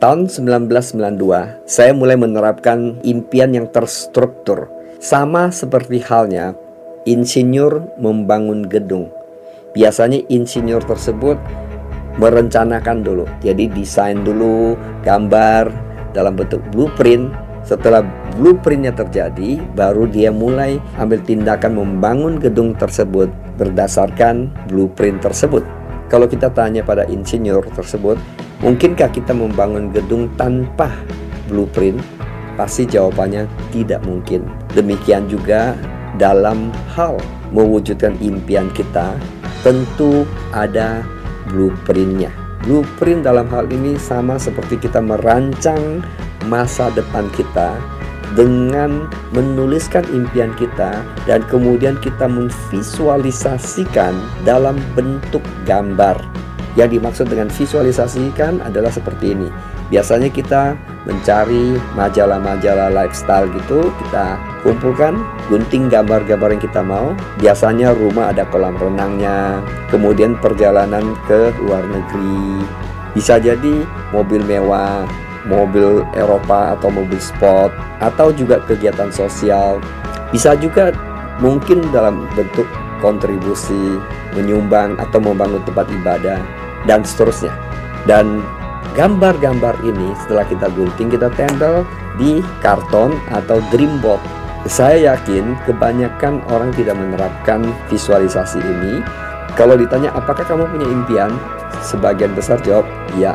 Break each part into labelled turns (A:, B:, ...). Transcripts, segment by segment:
A: Tahun 1992, saya mulai menerapkan impian yang terstruktur. Sama seperti halnya insinyur membangun gedung. Biasanya insinyur tersebut merencanakan dulu. Jadi desain dulu, gambar dalam bentuk blueprint. Setelah blueprintnya terjadi, baru dia mulai ambil tindakan membangun gedung tersebut berdasarkan blueprint tersebut. Kalau kita tanya pada insinyur tersebut, mungkinkah kita membangun gedung tanpa blueprint? Pasti jawabannya tidak mungkin. Demikian juga dalam hal mewujudkan impian kita, tentu ada blueprintnya. Blueprint dalam hal ini sama seperti kita merancang masa depan kita dengan menuliskan impian kita dan kemudian kita memvisualisasikan dalam bentuk gambar. Yang dimaksud dengan visualisasikan adalah seperti ini. Biasanya kita mencari majalah-majalah lifestyle gitu, kita kumpulkan, gunting gambar-gambar yang kita mau. Biasanya rumah ada kolam renangnya, kemudian perjalanan ke luar negeri, bisa jadi mobil mewah, mobil Eropa atau mobil sport, atau juga kegiatan sosial. Bisa juga mungkin dalam bentuk kontribusi, menyumbang atau membangun tempat ibadah, dan seterusnya. Dan gambar-gambar ini setelah kita gunting, kita tempel di karton atau dream board. Saya yakin kebanyakan orang tidak menerapkan visualisasi ini. Kalau ditanya apakah kamu punya impian, sebagian besar jawab ya.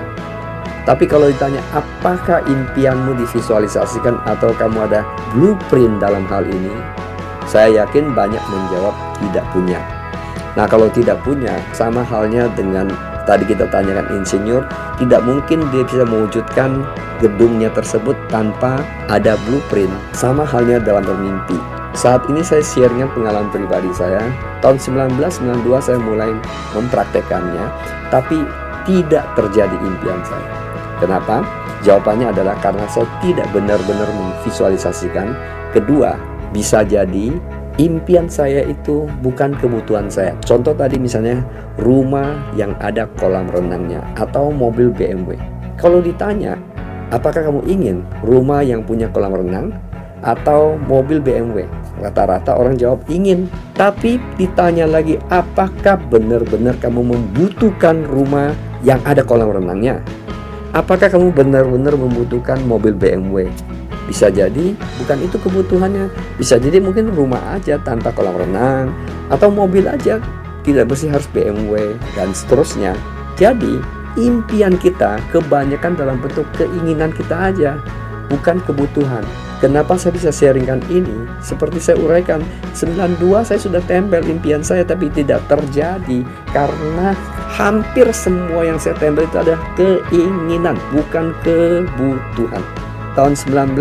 A: Tapi kalau ditanya apakah impianmu divisualisasikan atau kamu ada blueprint dalam hal ini, saya yakin banyak menjawab tidak punya. Nah, kalau tidak punya, sama halnya dengan tadi kita tanyakan insinyur, tidak mungkin dia bisa mewujudkan gedungnya tersebut tanpa ada blueprint. Sama halnya dalam bermimpi. Saat ini saya sharingkan pengalaman pribadi saya. Tahun 1992 saya mulai mempraktekannya, tapi tidak terjadi impian saya. Kenapa? Jawabannya adalah karena saya tidak benar-benar memvisualisasikan. Kedua, bisa jadi impian saya itu bukan kebutuhan saya. Contoh tadi misalnya rumah yang ada kolam renangnya atau mobil BMW. Kalau ditanya, apakah kamu ingin rumah yang punya kolam renang atau mobil BMW? Rata-rata orang jawab ingin. Tapi ditanya lagi, apakah benar-benar kamu membutuhkan rumah yang ada kolam renangnya? Apakah kamu benar-benar membutuhkan mobil BMW? Bisa jadi bukan itu kebutuhannya. Bisa jadi mungkin rumah aja tanpa kolam renang, atau mobil aja, tidak mesti harus BMW, dan seterusnya. Jadi impian kita kebanyakan dalam bentuk keinginan kita aja, bukan kebutuhan. Kenapa saya bisa sharingkan ini? Seperti saya uraikan, 92 saya sudah tempel impian saya, tapi tidak terjadi karena hampir semua yang saya tempel itu adalah keinginan, bukan kebutuhan. Tahun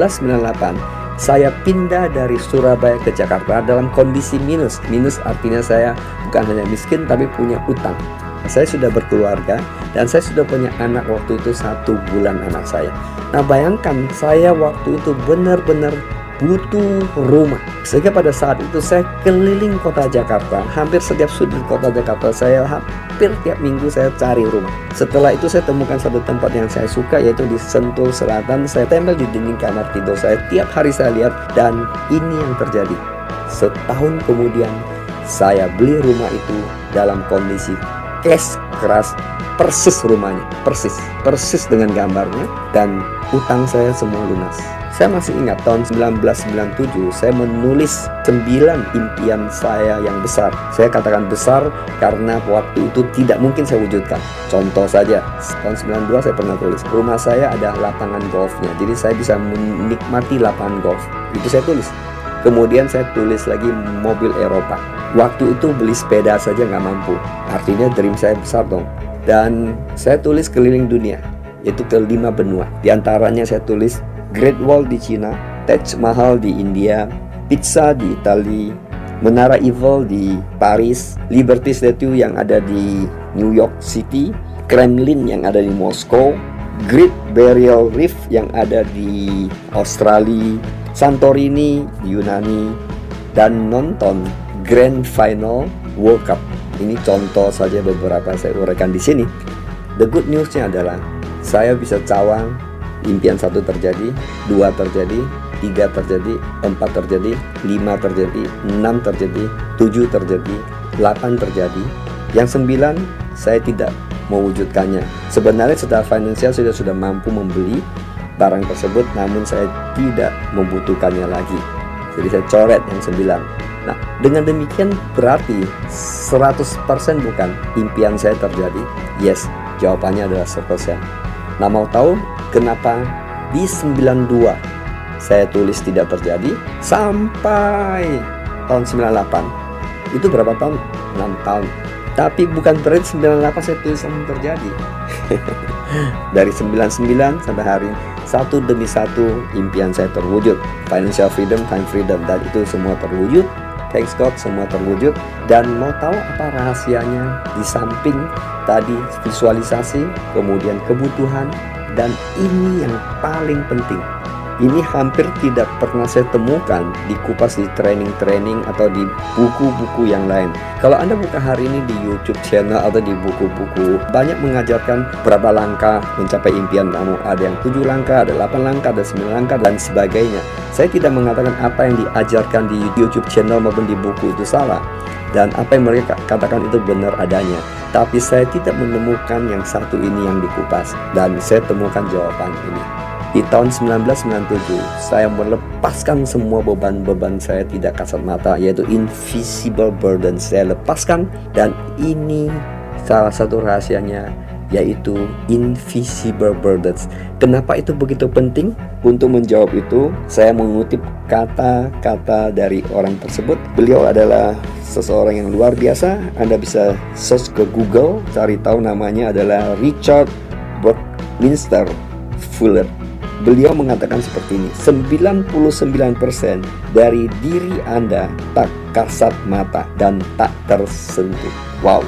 A: 1998 saya pindah dari Surabaya ke Jakarta dalam kondisi minus. Minus artinya saya bukan hanya miskin tapi punya utang. Saya sudah berkeluarga dan saya sudah punya anak waktu itu 1 bulan anak saya. Nah, bayangkan saya waktu itu benar-benar butuh rumah. Sehingga pada saat itu saya keliling kota Jakarta. Hampir setiap sudut kota Jakarta saya hampir tiap minggu saya cari rumah. Setelah itu saya temukan satu tempat yang saya suka, yaitu di Sentul Selatan. Saya tempel di dinding kamar tidur saya. Tiap hari saya lihat, dan ini yang terjadi. Setahun kemudian saya beli rumah itu dalam kondisi cash keras, persis rumahnya, persis dengan gambarnya, dan utang saya semua lunas. Saya masih ingat tahun 1997 saya menulis 9 impian saya yang besar. Saya katakan besar karena waktu itu tidak mungkin saya wujudkan. Contoh saja, tahun 92 saya pernah tulis rumah saya ada lapangan golfnya, jadi saya bisa menikmati lapangan golf. Itu saya tulis. Kemudian saya tulis lagi mobil Eropa. Waktu itu beli sepeda saja nggak mampu. Artinya dream saya besar dong. Dan saya tulis keliling dunia, yaitu ke 5 benua. Di antaranya saya tulis Great Wall di Cina, Taj Mahal di India, Pizza di Italia, Menara Eiffel di Paris, Liberty Statue yang ada di New York City, Kremlin yang ada di Moskow, Great Barrier Reef yang ada di Australia, Santorini di Yunani, dan nonton Grand Final World Cup. Ini contoh saja beberapa saya uraikan di sini. The good newsnya adalah saya bisa cawang Impian 1 terjadi, 2 terjadi, 3 terjadi, 4 terjadi, 5 terjadi, 6 terjadi, 7 terjadi, 8 terjadi. Yang 9 saya tidak mewujudkannya. Sebenarnya secara finansial saya sudah mampu membeli barang tersebut, namun saya tidak membutuhkannya lagi. Jadi saya coret yang 9. Nah, dengan demikian berarti 100% bukan impian saya terjadi? Yes, jawabannya adalah 100%. Nah, mau tahu kenapa di 92 saya tulis tidak terjadi sampai tahun 98? Itu berapa tahun? 6 tahun. Tapi bukan berarti 98 saya tulis yang terjadi. Dari 99 sampai hari ini, satu demi satu impian saya terwujud. Financial freedom, time freedom, dan itu semua terwujud. Thanks God, semua terwujud. Dan mau tahu apa rahasianya? Di samping tadi visualisasi, kemudian kebutuhan, dan ini yang paling penting. Ini hampir tidak pernah saya temukan di kupas, di training-training atau di buku-buku yang lain. Kalau Anda buka hari ini di YouTube channel atau di buku-buku, banyak mengajarkan berapa langkah mencapai impian kamu. Ada yang 7 langkah, ada 8 langkah, ada 9 langkah, dan sebagainya. Saya tidak mengatakan apa yang diajarkan di YouTube channel maupun di buku itu salah, dan apa yang mereka katakan itu benar adanya. Tapi saya tidak menemukan yang satu ini yang dikupas, dan saya temukan jawaban ini. Di tahun 1997, saya melepaskan semua beban-beban saya tidak kasat mata, yaitu invisible burden. Saya lepaskan, dan ini salah satu rahasianya, yaitu invisible burdens. Kenapa itu begitu penting? Untuk menjawab itu, saya mengutip kata-kata dari orang tersebut. Beliau adalah seseorang yang luar biasa. Anda bisa search ke Google, cari tahu, namanya adalah Richard Buckminster Fuller. Beliau mengatakan seperti ini, 99% dari diri Anda tak kasat mata dan tak tersentuh. Wow,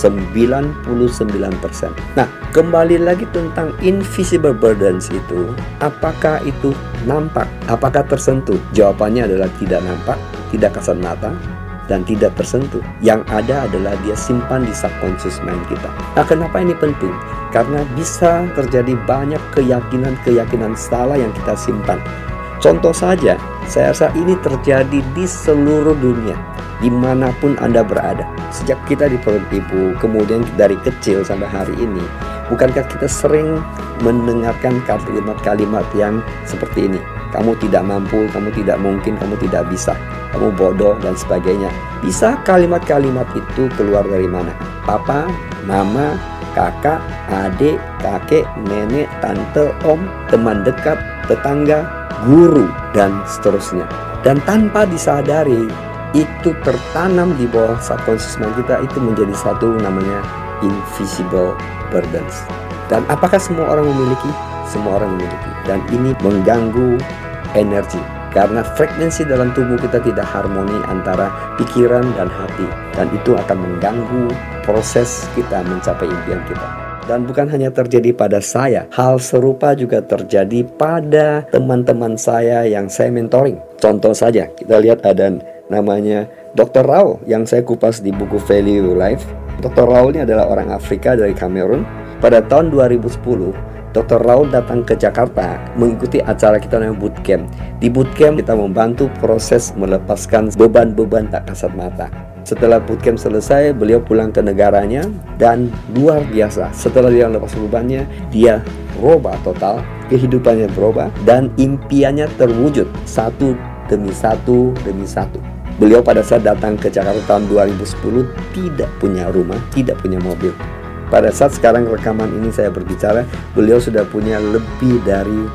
A: 99%. Nah, kembali lagi tentang invisible burdens itu, apakah itu nampak? Apakah tersentuh? Jawabannya adalah tidak nampak, tidak kasat mata, dan tidak tersentuh. Yang ada adalah dia simpan di subconscious mind kita. Nah, kenapa ini penting? Karena bisa terjadi banyak keyakinan-keyakinan salah yang kita simpan. Contoh saja, saya rasa ini terjadi di seluruh dunia, dimanapun Anda berada. Sejak kita di perut ibu, kemudian dari kecil sampai hari ini, bukankah kita sering mendengarkan kalimat-kalimat yang seperti ini? Kamu tidak mampu, kamu tidak mungkin, kamu tidak bisa, kamu bodoh, dan sebagainya. Bisa kalimat-kalimat itu keluar dari mana? Papa, mama, kakak, adik, kakek, nenek, tante, om, teman dekat, tetangga, guru, dan seterusnya. Dan tanpa disadari, itu tertanam di bawah subconscious mind kita, itu menjadi satu namanya invisible burdens. Dan apakah semua orang memiliki? Semua orang memiliki. Dan ini mengganggu energi, karena frekuensi dalam tubuh kita tidak harmoni antara pikiran dan hati, dan itu akan mengganggu proses kita mencapai impian kita. Dan bukan hanya terjadi pada saya, hal serupa juga terjadi pada teman-teman saya yang saya mentoring. Contoh saja, kita lihat ada namanya Dr. Raul yang saya kupas di buku Value Life. Dr. Raul ini adalah orang Afrika dari Kamerun. Pada tahun 2010, Dr. Raul datang ke Jakarta mengikuti acara kita namanya bootcamp. Di bootcamp kita membantu proses melepaskan beban-beban tak kasat mata. Setelah bootcamp selesai, beliau pulang ke negaranya, dan luar biasa, setelah dia lepas bebannya, dia berubah total, kehidupannya berubah, dan impiannya terwujud satu demi satu demi satu. Beliau pada saat datang ke Jakarta tahun 2010 tidak punya rumah, tidak punya mobil. Pada saat sekarang rekaman ini saya berbicara, beliau sudah punya lebih dari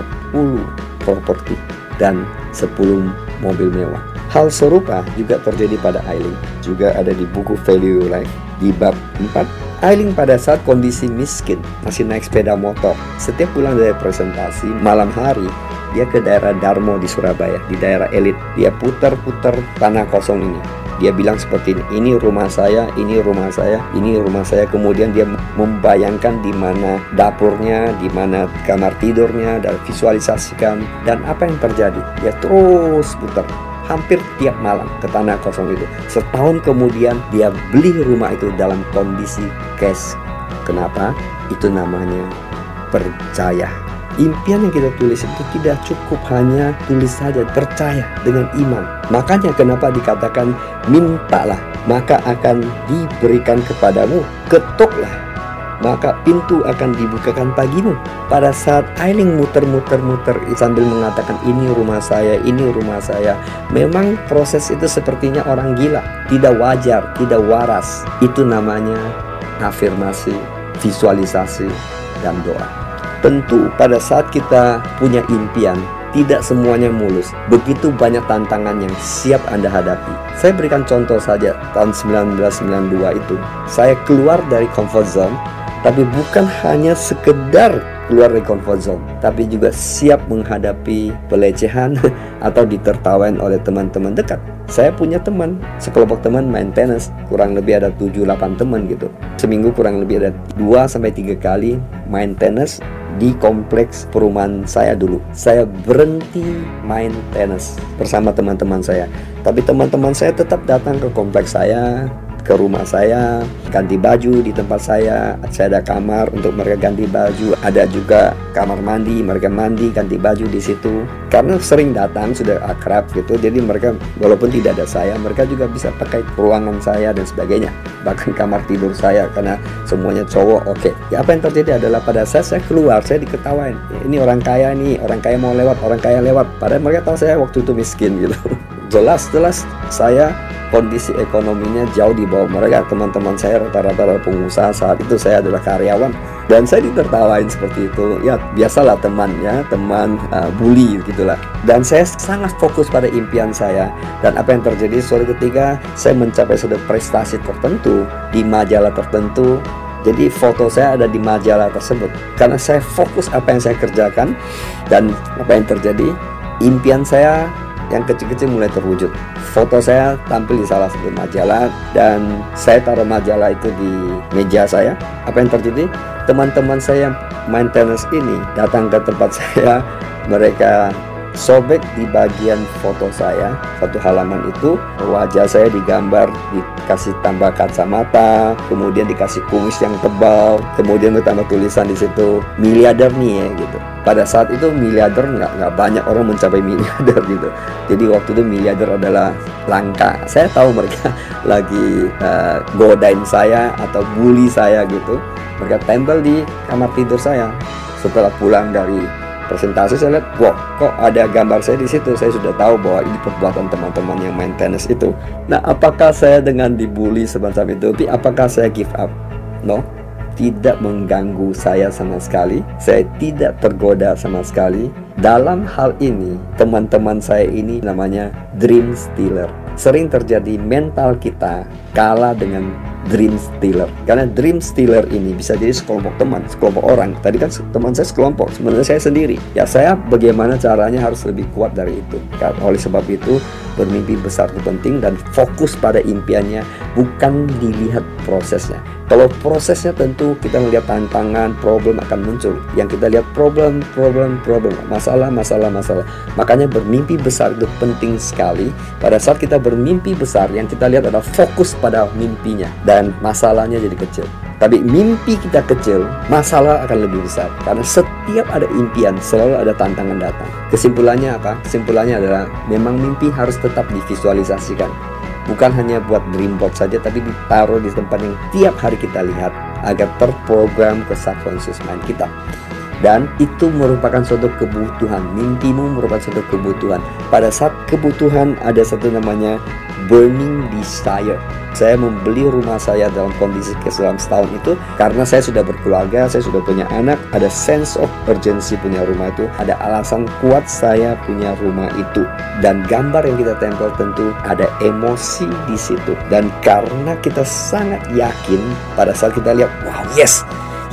A: 50 properti dan 10 mobil mewah. Hal serupa juga terjadi pada Aileen, juga ada di buku Value Life di bab 4. Aileen pada saat kondisi miskin, masih naik sepeda motor. Setiap pulang dari presentasi malam hari, dia ke daerah Darmo di Surabaya, di daerah elit. Dia putar-putar tanah kosong ini. Dia bilang seperti ini rumah saya, ini rumah saya, ini rumah saya. Kemudian dia membayangkan di mana dapurnya, di mana kamar tidurnya, dan visualisasikan. Dan apa yang terjadi? Dia terus putar hampir tiap malam ke tanah kosong itu. Setahun kemudian dia beli rumah itu dalam kondisi cash. Kenapa? Itu namanya percaya. Impian yang kita tulis itu tidak cukup hanya tulis saja, percaya dengan iman. Makanya kenapa dikatakan mintalah, maka akan diberikan kepadamu, ketuklah, maka pintu akan dibukakan bagimu. Pada saat Ailing muter-muter sambil mengatakan ini rumah saya, ini rumah saya, memang proses itu sepertinya orang gila, tidak wajar, tidak waras. Itu namanya afirmasi, visualisasi, dan doa. Tentu pada saat kita punya impian, tidak semuanya mulus. Begitu banyak tantangan yang siap Anda hadapi. Saya berikan contoh saja, tahun 1992 itu saya keluar dari comfort zone, tapi bukan hanya sekedar keluar dari comfort zone, tapi juga siap menghadapi pelecehan atau ditertawain oleh teman-teman dekat. Saya punya teman, sekelompok teman main tenis, kurang lebih ada 7-8 teman gitu. Seminggu kurang lebih ada 2-3 kali main tenis di kompleks perumahan saya dulu. Saya berhenti main tenis bersama teman-teman saya, tapi teman-teman saya tetap datang ke kompleks saya, ke rumah saya, ganti baju di tempat saya. Saya ada kamar untuk mereka ganti baju, ada juga kamar mandi, mereka mandi, ganti baju di situ. Karena sering datang, sudah akrab gitu, jadi mereka walaupun tidak ada saya, mereka juga bisa pakai ruangan saya dan sebagainya, bahkan kamar tidur saya, karena semuanya cowok. Oke. Ya, apa yang terjadi adalah pada saat saya keluar, saya diketawain, ini orang kaya nih, orang kaya mau lewat, orang kaya lewat, padahal mereka tahu saya waktu itu miskin gitu. Jelas saya kondisi ekonominya jauh di bawah mereka. Teman-teman saya rata-rata pengusaha, saat itu saya adalah karyawan, dan saya ditertawain seperti itu. Ya biasalah temannya, teman bully gitulah. Dan saya sangat fokus pada impian saya. Dan apa yang terjadi suatu ketika saya mencapai suatu prestasi tertentu di majalah tertentu, jadi foto saya ada di majalah tersebut karena saya fokus apa yang saya kerjakan. Dan apa yang terjadi, impian saya yang kecil-kecil mulai terwujud. Foto saya tampil di salah satu majalah, dan saya taruh majalah itu di meja saya. Apa yang terjadi? Teman-teman saya yang main tenis ini datang ke tempat saya, mereka sobek di bagian foto saya, satu halaman itu, wajah saya digambar, dikasih tambah kacamata, kemudian dikasih kumis yang tebal, kemudian ditambah tulisan di situ, miliarder nih ya gitu. Pada saat itu miliarder nggak banyak orang mencapai miliarder gitu. Jadi waktu itu miliarder adalah langka. Saya tahu mereka lagi godain saya atau bully saya gitu. Mereka tempel di kamar tidur saya. Setelah pulang dari presentasi, saya lihat, wow, kok ada gambar saya di situ. Saya sudah tahu bahwa ini perbuatan teman-teman yang main tenis itu. Nah, apakah saya dengan dibully semacam itu, apakah saya give up? No, tidak mengganggu saya sama sekali. Saya tidak tergoda sama sekali. Dalam hal ini, teman-teman saya ini namanya dream stealer. Sering terjadi mental kita kalah dengan dream stealer. Karena dream stealer ini bisa jadi sekelompok teman, sekelompok orang. Tadi kan teman saya sekelompok, sebenarnya saya sendiri. Ya, saya bagaimana caranya harus lebih kuat dari itu. Oleh sebab itu, bermimpi besar itu penting, dan fokus pada impiannya, bukan dilihat prosesnya. Kalau prosesnya tentu kita melihat tantangan, problem akan muncul. Yang kita lihat problem, masalah. Makanya bermimpi besar itu penting sekali. Pada saat kita bermimpi besar, yang kita lihat adalah fokus pada mimpinya, dan masalahnya jadi kecil. Tapi mimpi kita kecil, masalah akan lebih besar. Karena setiap ada impian, selalu ada tantangan datang. Kesimpulannya apa? Kesimpulannya adalah memang mimpi harus tetap divisualisasikan. Bukan hanya buat dream board saja, tapi ditaruh di tempat yang tiap hari kita lihat, agar terprogram ke subconscious mind kita. Dan itu merupakan suatu kebutuhan. Mimpimu merupakan suatu kebutuhan. Pada saat kebutuhan, ada satu namanya burning desire. Saya membeli rumah saya dalam kondisi kesulitan setahun itu karena saya sudah berkeluarga, saya sudah punya anak, ada sense of urgency punya rumah itu, ada alasan kuat saya punya rumah itu. Dan gambar yang kita tempel tentu ada emosi di situ. Dan karena kita sangat yakin, pada saat kita lihat, wow, yes,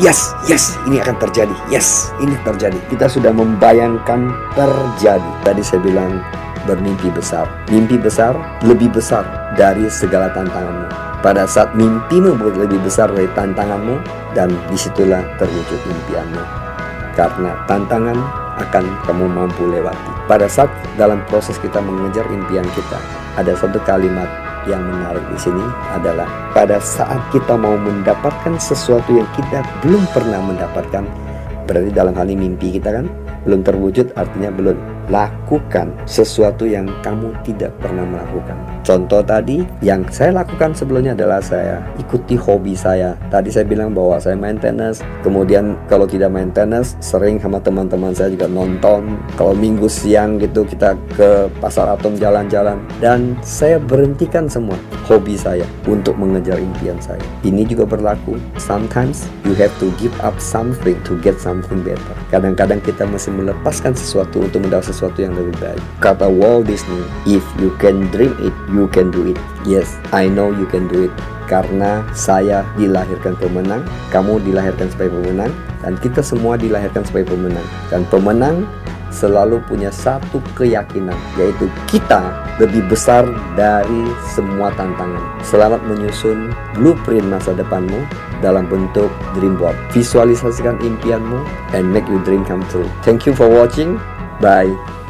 A: ini akan terjadi, yes, ini terjadi. Kita sudah membayangkan terjadi. Tadi saya bilang, bermimpi besar. Mimpi besar lebih besar dari segala tantanganmu. Pada saat mimpimu lebih besar dari tantanganmu, dan disitulah terwujud impianmu. Karena tantangan akan kamu mampu lewati. Pada saat dalam proses kita mengejar impian kita, ada satu kalimat yang menarik di sini adalah pada saat kita mau mendapatkan sesuatu yang kita belum pernah mendapatkan, berarti dalam hal ini mimpi kita kan belum terwujud, artinya belum. Lakukan sesuatu yang kamu tidak pernah melakukan. Contoh tadi yang saya lakukan sebelumnya adalah saya ikuti hobi saya. Tadi saya bilang bahwa saya main tenis, kemudian kalau tidak main tenis sering sama teman-teman saya juga nonton. Kalau minggu siang gitu kita ke pasar atom jalan-jalan, dan saya berhentikan semua hobi saya untuk mengejar impian saya. Ini juga berlaku. Sometimes you have to give up something to get something better. Kadang-kadang kita mesti melepaskan sesuatu untuk mendapat sesuatu yang lebih baik. Kata Walt Disney, if you can dream it, you can do it. Yes, I know you can do it. Karena saya dilahirkan pemenang, kamu dilahirkan sebagai pemenang, dan kita semua dilahirkan sebagai pemenang. Dan pemenang selalu punya satu keyakinan, yaitu kita lebih besar dari semua tantangan. Selamat menyusun blueprint masa depanmu dalam bentuk dream board. Visualisasikan impianmu and make your dream come true. Thank you for watching. Bye.